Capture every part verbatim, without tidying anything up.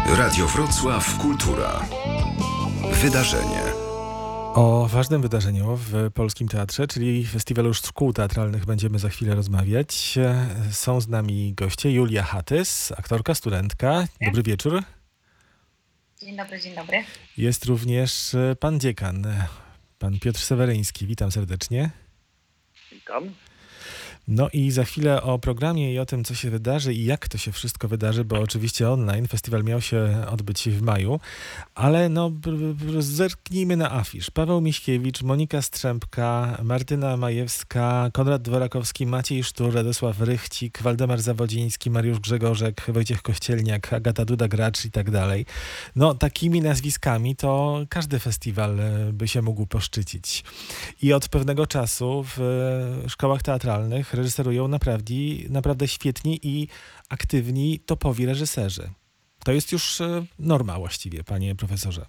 Radio Wrocław Kultura. Wydarzenie. O ważnym wydarzeniu w Polskim Teatrze, czyli Festiwalu Szkół Teatralnych, będziemy za chwilę rozmawiać. Są z nami goście. Julia Hatys, aktorka, studentka. Dobry wieczór. Dzień dobry, dzień dobry. Jest również pan dziekan, pan Piotr Seweryński. Witam serdecznie. Witam. No i za chwilę o programie i o tym, co się wydarzy i jak to się wszystko wydarzy, bo oczywiście online. Festiwal miał się odbyć w maju, ale no zerknijmy na afisz. Paweł Miśkiewicz, Monika Strzępka, Martyna Majewska, Konrad Dworakowski, Maciej Sztur, Radosław Rychcik, Waldemar Zawodziński, Mariusz Grzegorzek, Wojciech Kościelniak, Agata Duda-Gracz i tak dalej. No takimi nazwiskami to każdy festiwal by się mógł poszczycić. I od pewnego czasu w szkołach teatralnych reżyserują naprawdę, naprawdę świetni i aktywni topowi reżyserzy. To jest już norma właściwie, panie profesorze.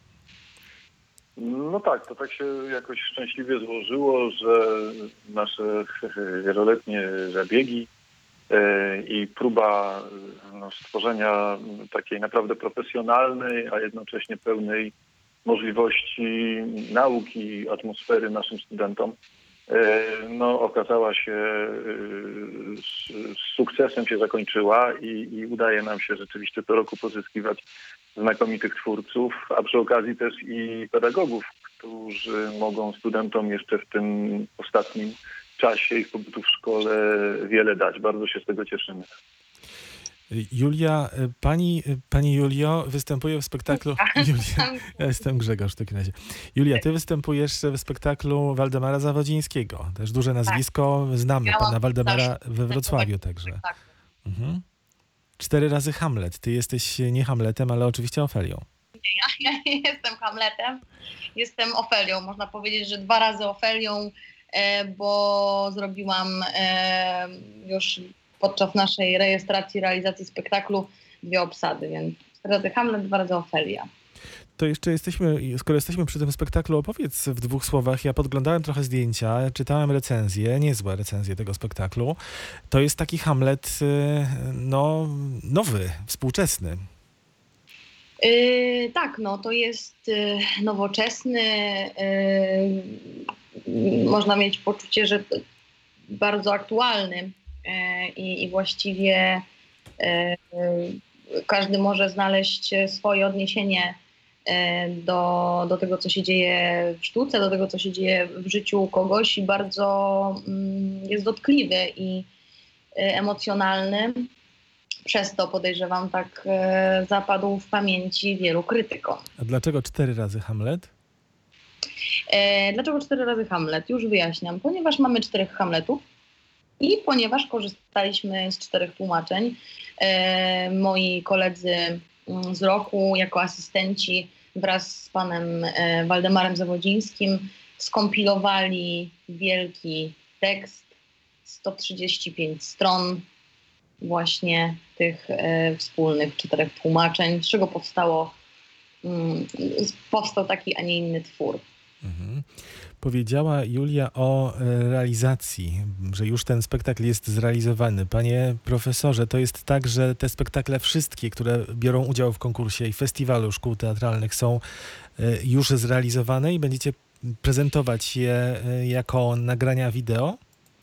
No tak, to tak się jakoś szczęśliwie złożyło, że nasze wieloletnie zabiegi i próba no, stworzenia takiej naprawdę profesjonalnej, a jednocześnie pełnej możliwości nauki, atmosfery naszym studentom, no, okazała się, z sukcesem się zakończyła i, i udaje nam się rzeczywiście co roku pozyskiwać znakomitych twórców, a przy okazji też i pedagogów, którzy mogą studentom jeszcze w tym ostatnim czasie ich pobytu w szkole wiele dać. Bardzo się z tego cieszymy. Julia, pani, pani Julio występuje w spektaklu... Julia, ja jestem Grzegorz w takim razie. Julia, ty występujesz w spektaklu Waldemara Zawodzińskiego. Też duże nazwisko. Znamy Miałam pana Waldemara też we Wrocławiu także. Tak. Mhm. Cztery razy Hamlet. Ty jesteś nie Hamletem, ale oczywiście Ofelią. Ja, ja nie jestem Hamletem, jestem Ofelią. Można powiedzieć, że dwa razy Ofelią, bo zrobiłam już podczas naszej rejestracji, realizacji spektaklu dwie obsady, więc trzy razy Hamlet, dwa razy Ofelia. To jeszcze jesteśmy, skoro jesteśmy przy tym spektaklu, opowiedz w dwóch słowach. Ja podglądałem trochę zdjęcia, czytałem recenzje, niezłe recenzje tego spektaklu. To jest taki Hamlet, no, nowy, współczesny. Yy, tak, no to jest yy, nowoczesny. Yy, można mieć poczucie, że bardzo aktualny. I, i właściwie e, każdy może znaleźć swoje odniesienie e, do, do tego, co się dzieje w sztuce, do tego, co się dzieje w życiu kogoś i bardzo mm, jest dotkliwy i e, emocjonalny. Przez to podejrzewam tak e, zapadł w pamięci wielu krytykom. A dlaczego cztery razy Hamlet? E, dlaczego cztery razy Hamlet? Już wyjaśniam. Ponieważ mamy czterech Hamletów. I ponieważ korzystaliśmy z czterech tłumaczeń, e, moi koledzy z roku jako asystenci wraz z panem e, Waldemarem Zawodzińskim skompilowali wielki tekst, sto trzydzieści pięć stron właśnie tych e, wspólnych czterech tłumaczeń, z czego powstało, mm, powstał taki, a nie inny twór. Mhm. Powiedziała Julia o realizacji, że już ten spektakl jest zrealizowany. Panie profesorze, to jest tak, że te spektakle wszystkie, które biorą udział w konkursie i festiwalu szkół teatralnych są już zrealizowane i będziecie prezentować je jako nagrania wideo?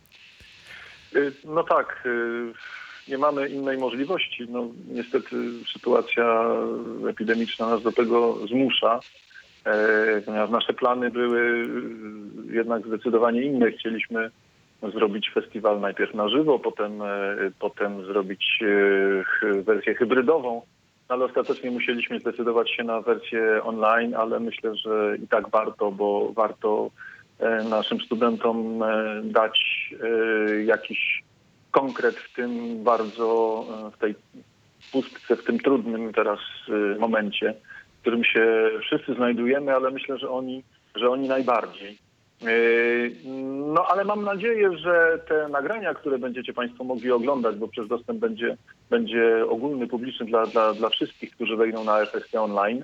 No tak, nie mamy innej możliwości. No, niestety sytuacja epidemiczna nas do tego zmusza. Ponieważ nasze plany były jednak zdecydowanie inne. Chcieliśmy zrobić festiwal najpierw na żywo, potem, potem zrobić wersję hybrydową, ale ostatecznie musieliśmy zdecydować się na wersję online, ale myślę, że i tak warto, bo warto naszym studentom dać jakiś konkret w tym bardzo, w tej pustce, w tym trudnym teraz momencie, w którym się wszyscy znajdujemy, ale myślę, że oni, że oni najbardziej. No ale mam nadzieję, że te nagrania, które będziecie Państwo mogli oglądać, bo przez dostęp będzie, będzie ogólny, publiczny dla, dla, dla wszystkich, którzy wejdą na F S T online,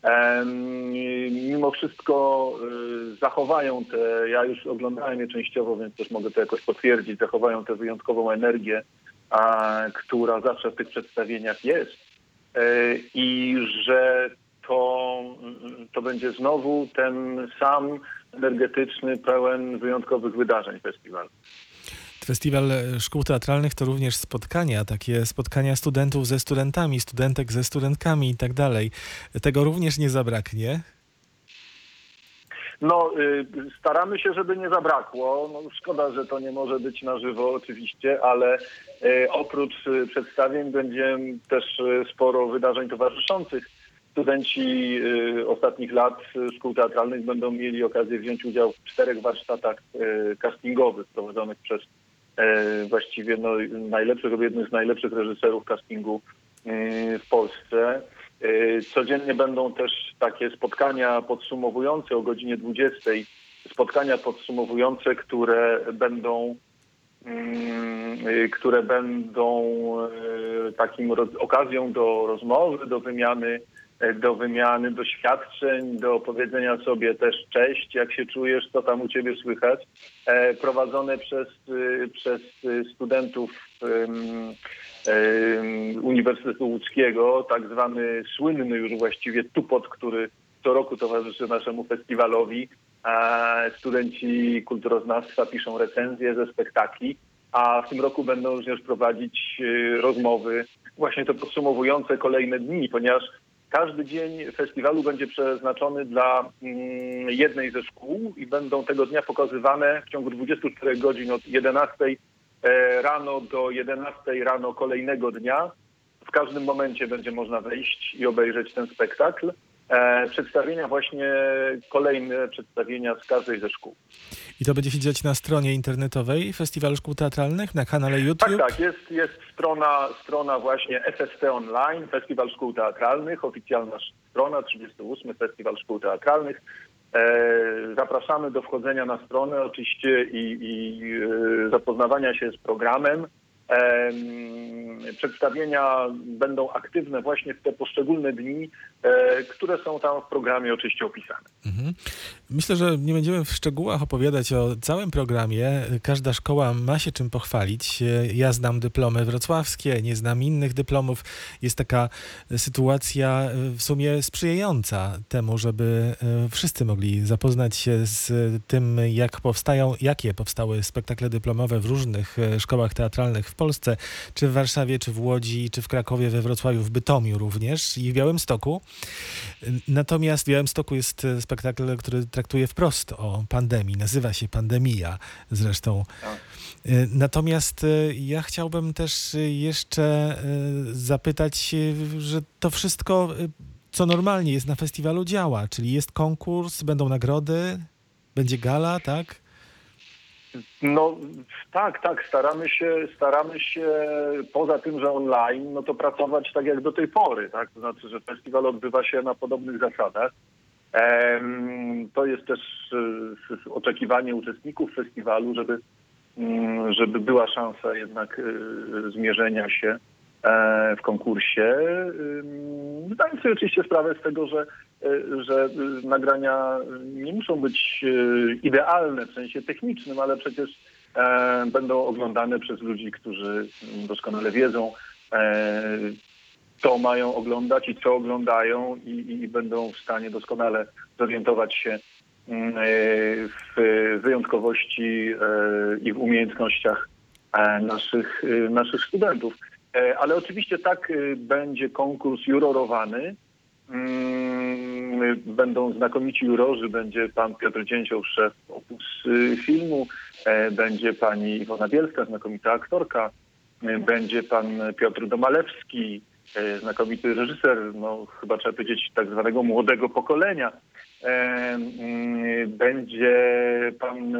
mimo wszystko zachowają te, ja już oglądałem je częściowo, więc też mogę to jakoś potwierdzić, zachowają tę wyjątkową energię, a, która zawsze w tych przedstawieniach jest. i że to, to będzie znowu ten sam energetyczny, pełen wyjątkowych wydarzeń festiwal. Festiwal Szkół Teatralnych to również spotkania, takie spotkania studentów ze studentami, studentek ze studentkami i tak dalej. Tego również nie zabraknie. No, y, staramy się, żeby nie zabrakło. No, szkoda, że to nie może być na żywo oczywiście, ale y, oprócz y, przedstawień będzie też y, sporo wydarzeń towarzyszących. Studenci y, ostatnich lat y, szkół teatralnych będą mieli okazję wziąć udział w czterech warsztatach y, castingowych prowadzonych przez y, właściwie no, najlepszych, albo jednych z najlepszych reżyserów castingu y, w Polsce. Codziennie będą też takie spotkania podsumowujące o godzinie dwudziestej. Spotkania podsumowujące, które będą, które będą takim okazją do rozmowy, do wymiany, do wymiany doświadczeń, do powiedzenia sobie też cześć, jak się czujesz, co tam u ciebie słychać. Prowadzone przez, przez studentów Uniwersytetu Łódzkiego, tak zwany słynny już właściwie tupot, który co roku towarzyszy naszemu festiwalowi. Studenci kulturoznawstwa piszą recenzje ze spektakli, a w tym roku będą również prowadzić rozmowy właśnie to podsumowujące kolejne dni, ponieważ każdy dzień festiwalu będzie przeznaczony dla jednej ze szkół i będą tego dnia pokazywane w ciągu dwudziestu czterech godzin od jedenastej rano do jedenastej rano kolejnego dnia. W każdym momencie będzie można wejść i obejrzeć ten spektakl. E, przedstawienia właśnie, kolejne przedstawienia z każdej ze szkół. I to będzie się dziać na stronie internetowej Festiwalu Szkół Teatralnych, na kanale YouTube? Tak, tak. Jest, jest strona, strona właśnie F S T Online, Festiwal Szkół Teatralnych, oficjalna strona, trzydziesty ósmy Festiwal Szkół Teatralnych. E, zapraszamy do wchodzenia na stronę oczywiście i, i e, zapoznawania się z programem. E, przedstawienia będą aktywne właśnie w te poszczególne dni, e, które są tam w programie oczywiście opisane. Mhm. Myślę, że nie będziemy w szczegółach opowiadać o całym programie. Każda szkoła ma się czym pochwalić. Ja znam dyplomy wrocławskie, nie znam innych dyplomów. Jest taka sytuacja w sumie sprzyjająca temu, żeby wszyscy mogli zapoznać się z tym, jak powstają, jakie powstały spektakle dyplomowe w różnych szkołach teatralnych w Polsce, czy w Warszawie, czy w Łodzi, czy w Krakowie, we Wrocławiu, w Bytomiu również i w Białymstoku. Natomiast w Białymstoku jest spektakl, który traktuje wprost o pandemii. Nazywa się Pandemia zresztą. Natomiast ja chciałbym też jeszcze zapytać, że to wszystko, co normalnie jest na festiwalu, działa, czyli jest konkurs, będą nagrody, będzie gala, tak? No tak, tak, staramy się, staramy się poza tym, że online, no to pracować tak jak do tej pory, tak? To znaczy, że festiwal odbywa się na podobnych zasadach. Ehm, to jest też e, oczekiwanie uczestników festiwalu, żeby, mm, żeby była szansa jednak e, zmierzenia się e, w konkursie. E, zdając sobie oczywiście sprawę z tego, że że nagrania nie muszą być idealne w sensie technicznym, ale przecież e, będą oglądane przez ludzi, którzy doskonale wiedzą, e, co mają oglądać i co oglądają i, i będą w stanie doskonale zorientować się e, w wyjątkowości e, i w umiejętnościach e, naszych, e, naszych studentów. E, ale oczywiście tak e, będzie konkurs jurorowany. Będą znakomici jurorzy, będzie pan Piotr Dzięcioł, szef Opus Filmu, będzie pani Iwona Bielska, znakomita aktorka, będzie pan Piotr Domalewski, znakomity reżyser, no chyba trzeba powiedzieć tak zwanego młodego pokolenia. Będzie pan,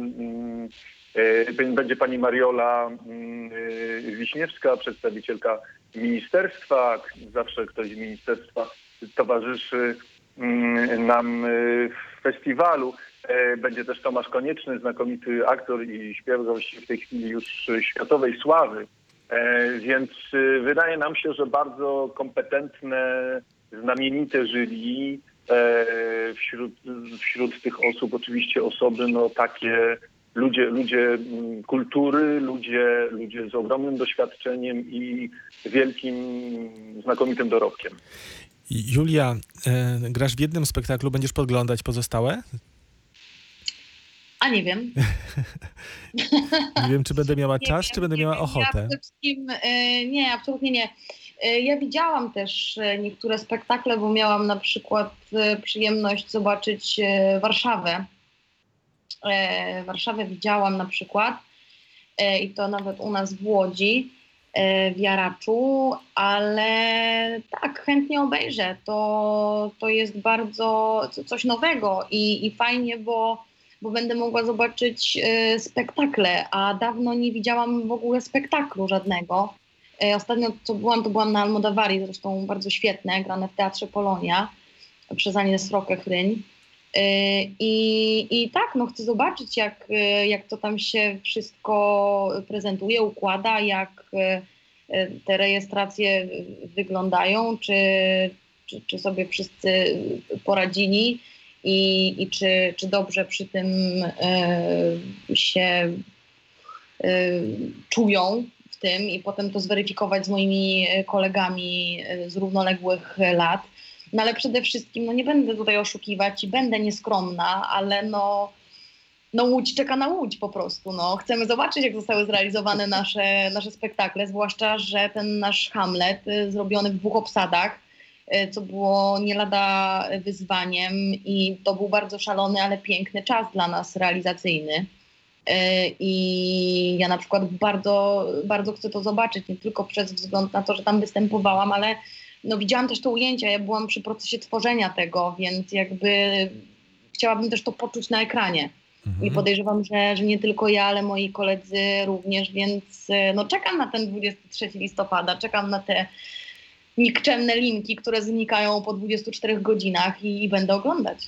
będzie pani Mariola Wiśniewska, przedstawicielka ministerstwa, zawsze ktoś z ministerstwa towarzyszy nam w festiwalu. Będzie też Tomasz Konieczny, znakomity aktor i śpiewak w tej chwili już światowej sławy. Więc wydaje nam się, że bardzo kompetentne, znamienite jury. Wśród, wśród tych osób oczywiście osoby no, takie ludzie, ludzie kultury, ludzie, ludzie z ogromnym doświadczeniem i wielkim, znakomitym dorobkiem. Julia, e, grasz w jednym spektaklu, będziesz podglądać pozostałe? A nie wiem. Nie wiem, czy będę miała Nie czas, wiem, czy będę nie miała wiem. ochotę. Ja przede wszystkim, e, nie, absolutnie nie. E, ja widziałam też e, niektóre spektakle, bo miałam na przykład e, przyjemność zobaczyć e, Warszawę. E, Warszawę widziałam na przykład e, i to nawet u nas w Łodzi, e, w Jaraczu, ale tak, chętnie obejrzę. To, to jest bardzo co- coś nowego i, i fajnie, bo, bo będę mogła zobaczyć e, spektakle, a dawno nie widziałam w ogóle spektaklu żadnego. E, ostatnio co byłam, to byłam na Almodovari, zresztą bardzo świetne, grane w Teatrze Polonia przez Agnieszkę Srokę-Chryń. I, I tak, no chcę zobaczyć, jak, jak to tam się wszystko prezentuje, układa, jak te rejestracje wyglądają, czy, czy, czy sobie wszyscy poradzili i, i czy, czy dobrze przy tym y, się y, czują w tym i potem to zweryfikować z moimi kolegami z równoległych lat. No ale przede wszystkim, no nie będę tutaj oszukiwać i będę nieskromna, ale no, no Łódź czeka na Łódź po prostu. No. Chcemy zobaczyć, jak zostały zrealizowane nasze, nasze spektakle, zwłaszcza, że ten nasz Hamlet y, zrobiony w dwóch obsadach, y, co było nie lada wyzwaniem i to był bardzo szalony, ale piękny czas dla nas realizacyjny. Y, I ja na przykład bardzo, bardzo chcę to zobaczyć, nie tylko przez wzgląd na to, że tam występowałam, ale no widziałam też to ujęcia, ja byłam przy procesie tworzenia tego, więc jakby chciałabym też to poczuć na ekranie. Mhm. I podejrzewam, że, że nie tylko ja, ale moi koledzy również, więc no czekam na ten dwudziestego trzeciego listopada, czekam na te nikczemne linki, które znikają po dwudziestu czterech godzinach i, i będę oglądać.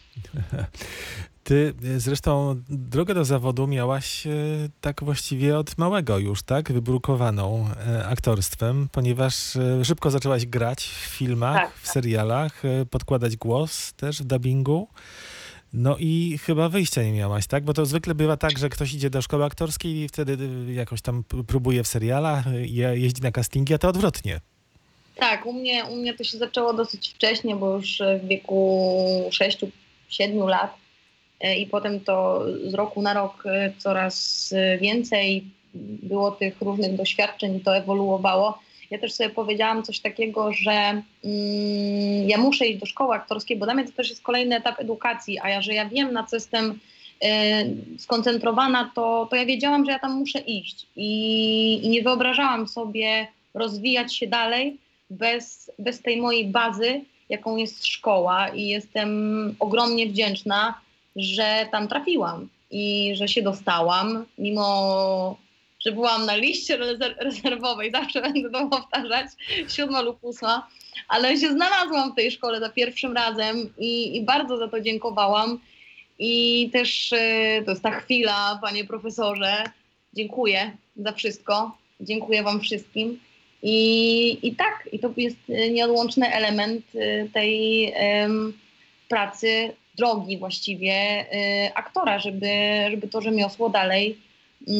Ty zresztą drogę do zawodu miałaś e, tak właściwie od małego już, tak? Wybrukowaną e, aktorstwem, ponieważ e, szybko zaczęłaś grać w filmach, tak, w serialach, e, podkładać głos też w dubbingu. No i chyba wyjścia nie miałaś, tak? Bo to zwykle bywa tak, że ktoś idzie do szkoły aktorskiej i wtedy jakoś tam próbuje w serialach, jeździ na castingi, a to odwrotnie. Tak, u mnie, u mnie to się zaczęło dosyć wcześnie, bo już w wieku sześciu siedmiu lat. I potem to z roku na rok coraz więcej było tych różnych doświadczeń i to ewoluowało. Ja też sobie powiedziałam coś takiego, że mm, ja muszę iść do szkoły aktorskiej, bo dla mnie to też jest kolejny etap edukacji, a ja, że ja wiem, na co jestem y, skoncentrowana, to, to ja wiedziałam, że ja tam muszę iść. I, i nie wyobrażałam sobie rozwijać się dalej bez, bez tej mojej bazy, jaką jest szkoła i jestem ogromnie wdzięczna, że tam trafiłam i że się dostałam, mimo że byłam na liście rezerwowej, zawsze będę to powtarzać, siódma lub ósma, ale się znalazłam w tej szkole za pierwszym razem i, i bardzo za to dziękowałam. I też y, to jest ta chwila, panie profesorze, dziękuję za wszystko, dziękuję wam wszystkim. I, i tak, i to jest nieodłączny element y, tej y, pracy, drogi właściwie y, aktora, żeby, żeby to rzemiosło dalej y,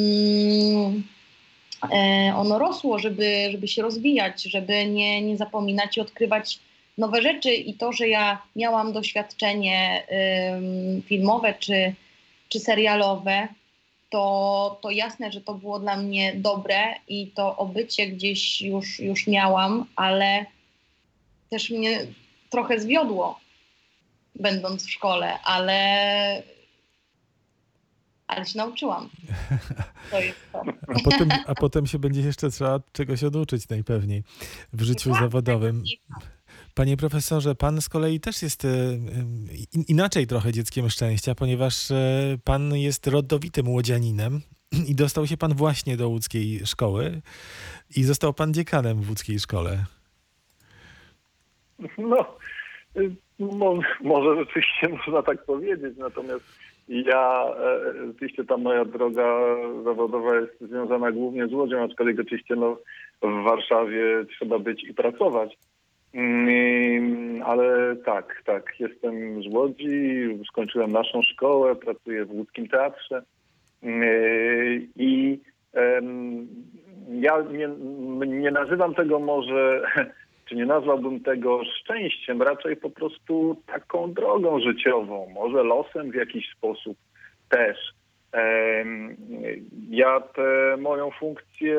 y, ono rosło, żeby, żeby się rozwijać, żeby nie, nie zapominać i odkrywać nowe rzeczy. I to, że ja miałam doświadczenie y, filmowe czy, czy serialowe, to, to jasne, że to było dla mnie dobre i to obycie gdzieś już, już miałam, ale też mnie trochę zwiodło, będąc w szkole, ale, ale się nauczyłam. To jest to. A potem, a potem się będzie jeszcze trzeba czegoś oduczyć najpewniej w życiu zawodowym. Panie profesorze, pan z kolei też jest inaczej trochę dzieckiem szczęścia, ponieważ pan jest rodowitym łodzianinem i dostał się pan właśnie do łódzkiej szkoły i został pan dziekanem w łódzkiej szkole. No, mo, może rzeczywiście można tak powiedzieć, natomiast ja, oczywiście ta moja droga zawodowa jest związana głównie z Łodzią, aczkolwiek oczywiście no, w Warszawie trzeba być i pracować. Ale tak, tak, jestem z Łodzi, skończyłem naszą szkołę, pracuję w łódzkim teatrze I ja nie, nie nazywam tego może, czy nie nazwałbym tego szczęściem, raczej po prostu taką drogą życiową, może losem w jakiś sposób też. Ja tę moją funkcję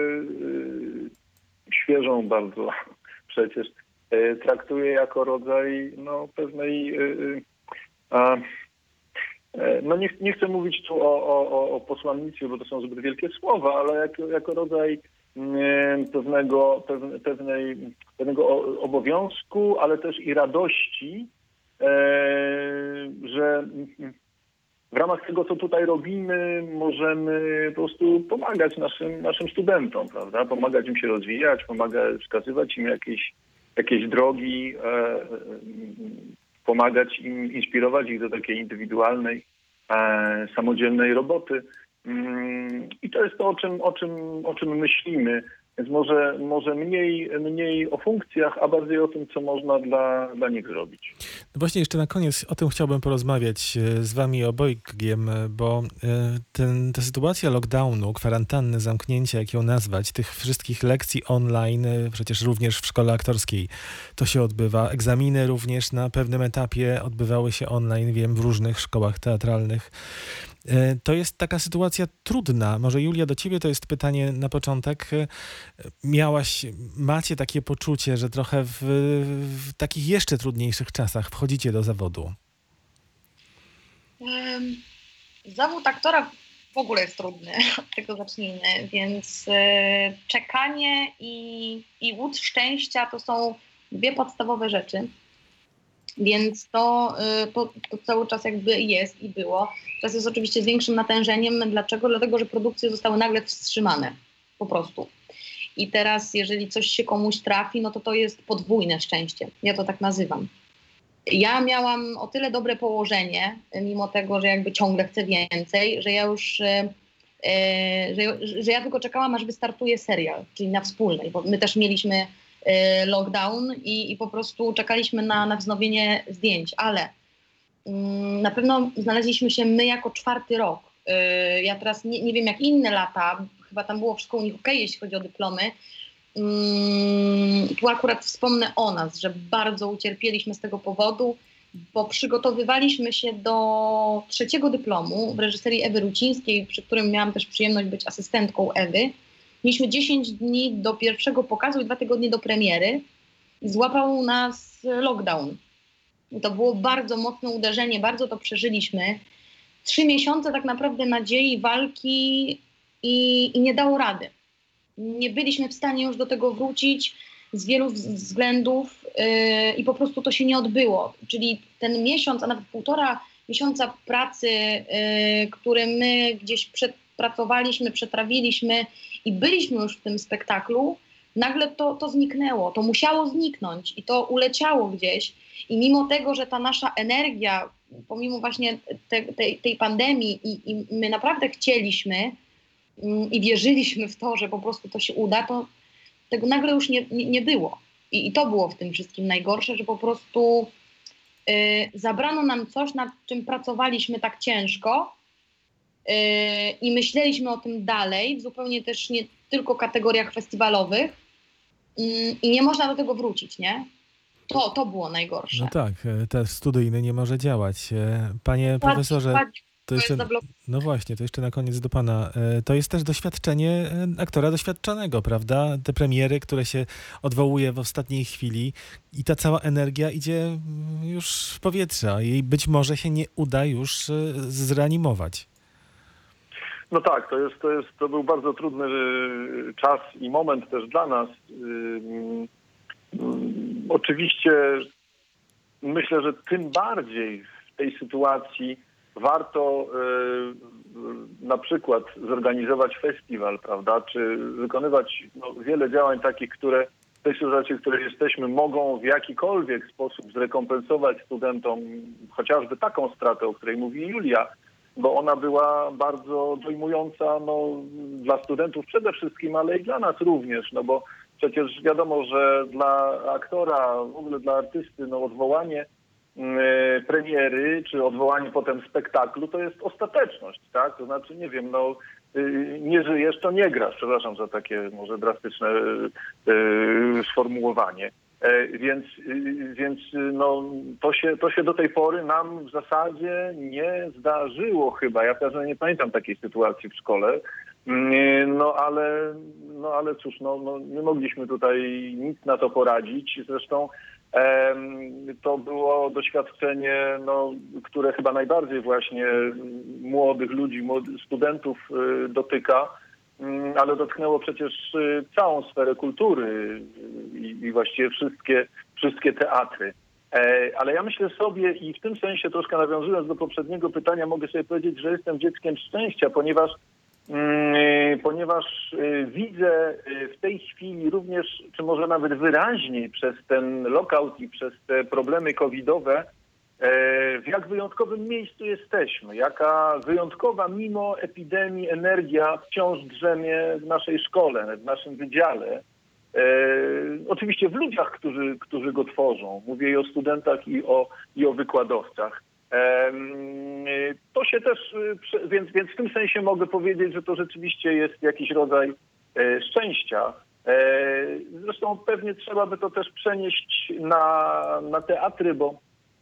świeżą bardzo przecież traktuję jako rodzaj no, pewnej... A, no nie, nie chcę mówić tu o, o, o posłannictwie, bo to są zbyt wielkie słowa, ale jako, jako rodzaj pewnego, pewne, pewnej, pewnego obowiązku, ale też i radości, że w ramach tego, co tutaj robimy, możemy po prostu pomagać naszym, naszym studentom, prawda? Pomagać im się rozwijać, pomagać, wskazywać im jakieś, jakieś drogi, e, pomagać im, inspirować ich do takiej indywidualnej, e, samodzielnej roboty. Mm, I to jest to, o czym, o czym, o czym myślimy. Więc może, może mniej, mniej o funkcjach, a bardziej o tym, co można dla, dla nich zrobić. No właśnie jeszcze na koniec o tym chciałbym porozmawiać z wami obojgiem, bo ten, ta sytuacja lockdownu, kwarantanny, zamknięcia, jak ją nazwać, tych wszystkich lekcji online, przecież również w szkole aktorskiej to się odbywa. Egzaminy również na pewnym etapie odbywały się online, wiem, w różnych szkołach teatralnych. To jest taka sytuacja trudna. Może Julia, do ciebie to jest pytanie na początek. Miałaś, macie takie poczucie, że trochę w, w takich jeszcze trudniejszych czasach wchodzicie do zawodu? Um, zawód aktora w ogóle jest trudny, od tego zacznijmy, więc e, czekanie i, i łód szczęścia to są dwie podstawowe rzeczy. Więc to, to, to cały czas jakby jest i było. Teraz jest oczywiście z większym natężeniem. Dlaczego? Dlatego, że produkcje zostały nagle wstrzymane. Po prostu. I teraz, jeżeli coś się komuś trafi, no to to jest podwójne szczęście. Ja to tak nazywam. Ja miałam o tyle dobre położenie, mimo tego, że jakby ciągle chcę więcej, że ja już, e, że, że ja tylko czekałam, aż wystartuje serial, czyli na Wspólnej, bo my też mieliśmy lockdown i, i po prostu czekaliśmy na, na wznowienie zdjęć, ale mm, na pewno znaleźliśmy się my jako czwarty rok. Yy, ja teraz nie, nie wiem jak inne lata, chyba tam było wszystko u nich okej, jeśli chodzi o dyplomy. Yy, tu akurat wspomnę o nas, że bardzo ucierpieliśmy z tego powodu, bo przygotowywaliśmy się do trzeciego dyplomu w reżyserii Ewy Rucińskiej, przy którym miałam też przyjemność być asystentką Ewy. Mieliśmy dziesięć dni do pierwszego pokazu i dwa tygodnie do premiery. Złapał nas lockdown. I to było bardzo mocne uderzenie, bardzo to przeżyliśmy. Trzy miesiące tak naprawdę nadziei, walki i, i nie dało rady. Nie byliśmy w stanie już do tego wrócić z wielu względów yy, i po prostu to się nie odbyło. Czyli ten miesiąc, a nawet półtora miesiąca pracy, yy, które my gdzieś przepracowaliśmy, przetrawiliśmy i byliśmy już w tym spektaklu, nagle to, to zniknęło. To musiało zniknąć i to uleciało gdzieś. I mimo tego, że ta nasza energia, pomimo właśnie te, tej, tej pandemii i, i my naprawdę chcieliśmy mm, i wierzyliśmy w to, że po prostu to się uda, to tego nagle już nie, nie, nie było. I, I to było w tym wszystkim najgorsze, że po prostu y, zabrano nam coś, nad czym pracowaliśmy tak ciężko, i myśleliśmy o tym dalej, w zupełnie też nie tylko kategoriach festiwalowych i nie można do tego wrócić, nie? To, to było najgorsze. No tak, te studyjny nie może działać. Panie profesorze, to jeszcze, no właśnie, to jeszcze na koniec do pana. To jest też doświadczenie aktora doświadczonego, prawda? Te premiery, które się odwołuje w ostatniej chwili i ta cała energia idzie już w powietrze i być może się nie uda już zreanimować. No tak, to jest, to jest, to był bardzo trudny czas i moment też dla nas. Oczywiście myślę, że tym bardziej w tej sytuacji warto na przykład zorganizować festiwal, prawda, czy wykonywać no, wiele działań takich, które w tej sytuacji, w której jesteśmy, mogą w jakikolwiek sposób zrekompensować studentom chociażby taką stratę, o której mówi Julia, bo ona była bardzo dojmująca no, dla studentów przede wszystkim, ale i dla nas również, no bo przecież wiadomo, że dla aktora, w ogóle dla artysty, no odwołanie premiery, czy odwołanie potem spektaklu, to jest ostateczność, tak? To znaczy, nie wiem, no nie żyjesz, to nie grasz. Przepraszam za takie może drastyczne sformułowanie. Więc, więc no, to, się, to się do tej pory nam w zasadzie nie zdarzyło chyba. Ja też nie pamiętam takiej sytuacji w szkole. No ale, no, ale cóż, no, no, nie mogliśmy tutaj nic na to poradzić. Zresztą to było doświadczenie, no, które chyba najbardziej właśnie młodych ludzi, młodych studentów dotyka, ale dotknęło przecież całą sferę kultury i, i właściwie wszystkie, wszystkie teatry. Ale ja myślę sobie i w tym sensie troszkę nawiązując do poprzedniego pytania, mogę sobie powiedzieć, że jestem dzieckiem szczęścia, ponieważ ponieważ widzę w tej chwili również, czy może nawet wyraźniej przez ten lockout i przez te problemy covidowe, w jak wyjątkowym miejscu jesteśmy, jaka wyjątkowa mimo epidemii energia wciąż drzemie w naszej szkole, w naszym wydziale. Oczywiście w ludziach, którzy, którzy go tworzą. Mówię i o studentach, i o, i o wykładowcach. To się też, więc, więc w tym sensie mogę powiedzieć, że to rzeczywiście jest jakiś rodzaj szczęścia. Zresztą pewnie trzeba by to też przenieść na, na teatry, bo,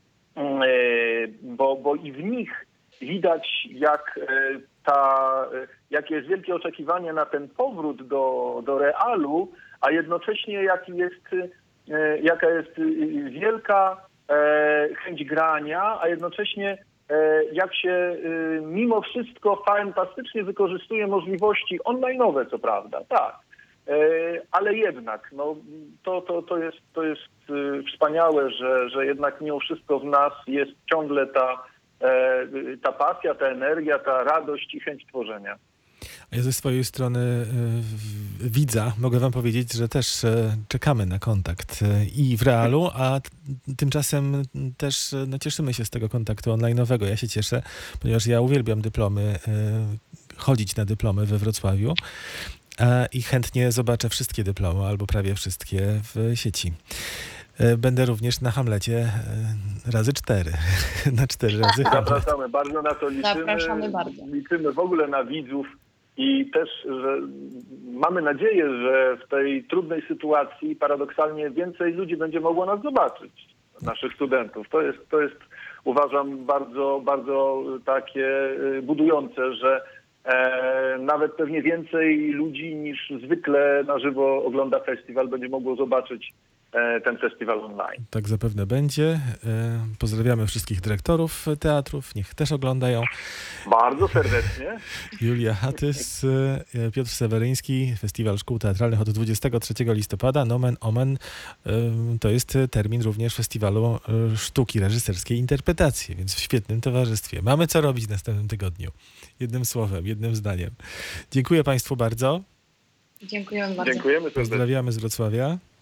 bo, bo i w nich widać, jak ta, jakie jest wielkie oczekiwanie na ten powrót do, do realu, a jednocześnie jaki jest, jaka jest wielka chęć grania, a jednocześnie jak się mimo wszystko fantastycznie wykorzystuje możliwości online'owe, co prawda, tak, ale jednak no, to, to, to, jest, to jest wspaniałe, że, że jednak mimo wszystko w nas jest ciągle ta, ta pasja, ta energia, ta radość i chęć tworzenia. Ja ze swojej strony widza mogę wam powiedzieć, że też czekamy na kontakt i w realu, a tymczasem też no, cieszymy się z tego kontaktu online'owego. Ja się cieszę, ponieważ ja uwielbiam dyplomy, chodzić na dyplomy we Wrocławiu i chętnie zobaczę wszystkie dyplomy, albo prawie wszystkie w sieci. Będę również na Hamlecie razy cztery. Na cztery razy Hamlet. Zapraszamy, bardzo na to liczymy. Zapraszamy bardzo. Liczymy w ogóle na widzów i też, że mamy nadzieję, że w tej trudnej sytuacji paradoksalnie więcej ludzi będzie mogło nas zobaczyć, naszych studentów. To jest, to jest uważam bardzo, bardzo takie budujące, że E, nawet pewnie więcej ludzi niż zwykle na żywo ogląda festiwal, będzie mogło zobaczyć e, ten festiwal online. Tak zapewne będzie. E, pozdrawiamy wszystkich dyrektorów teatrów, niech też oglądają. Bardzo serdecznie. Julia Hatys, e, Piotr Seweryński, Festiwal Szkół Teatralnych od dwudziestego trzeciego listopada. Nomen omen, e, to jest termin również Festiwalu e, Sztuki Reżyserskiej i Interpretacji, więc w świetnym towarzystwie. Mamy co robić w następnym tygodniu. Jednym słowem, jednym zdaniem. Dziękuję Państwu bardzo. Dziękujemy bardzo. Dziękujemy serdecznie. Pozdrawiamy z Wrocławia.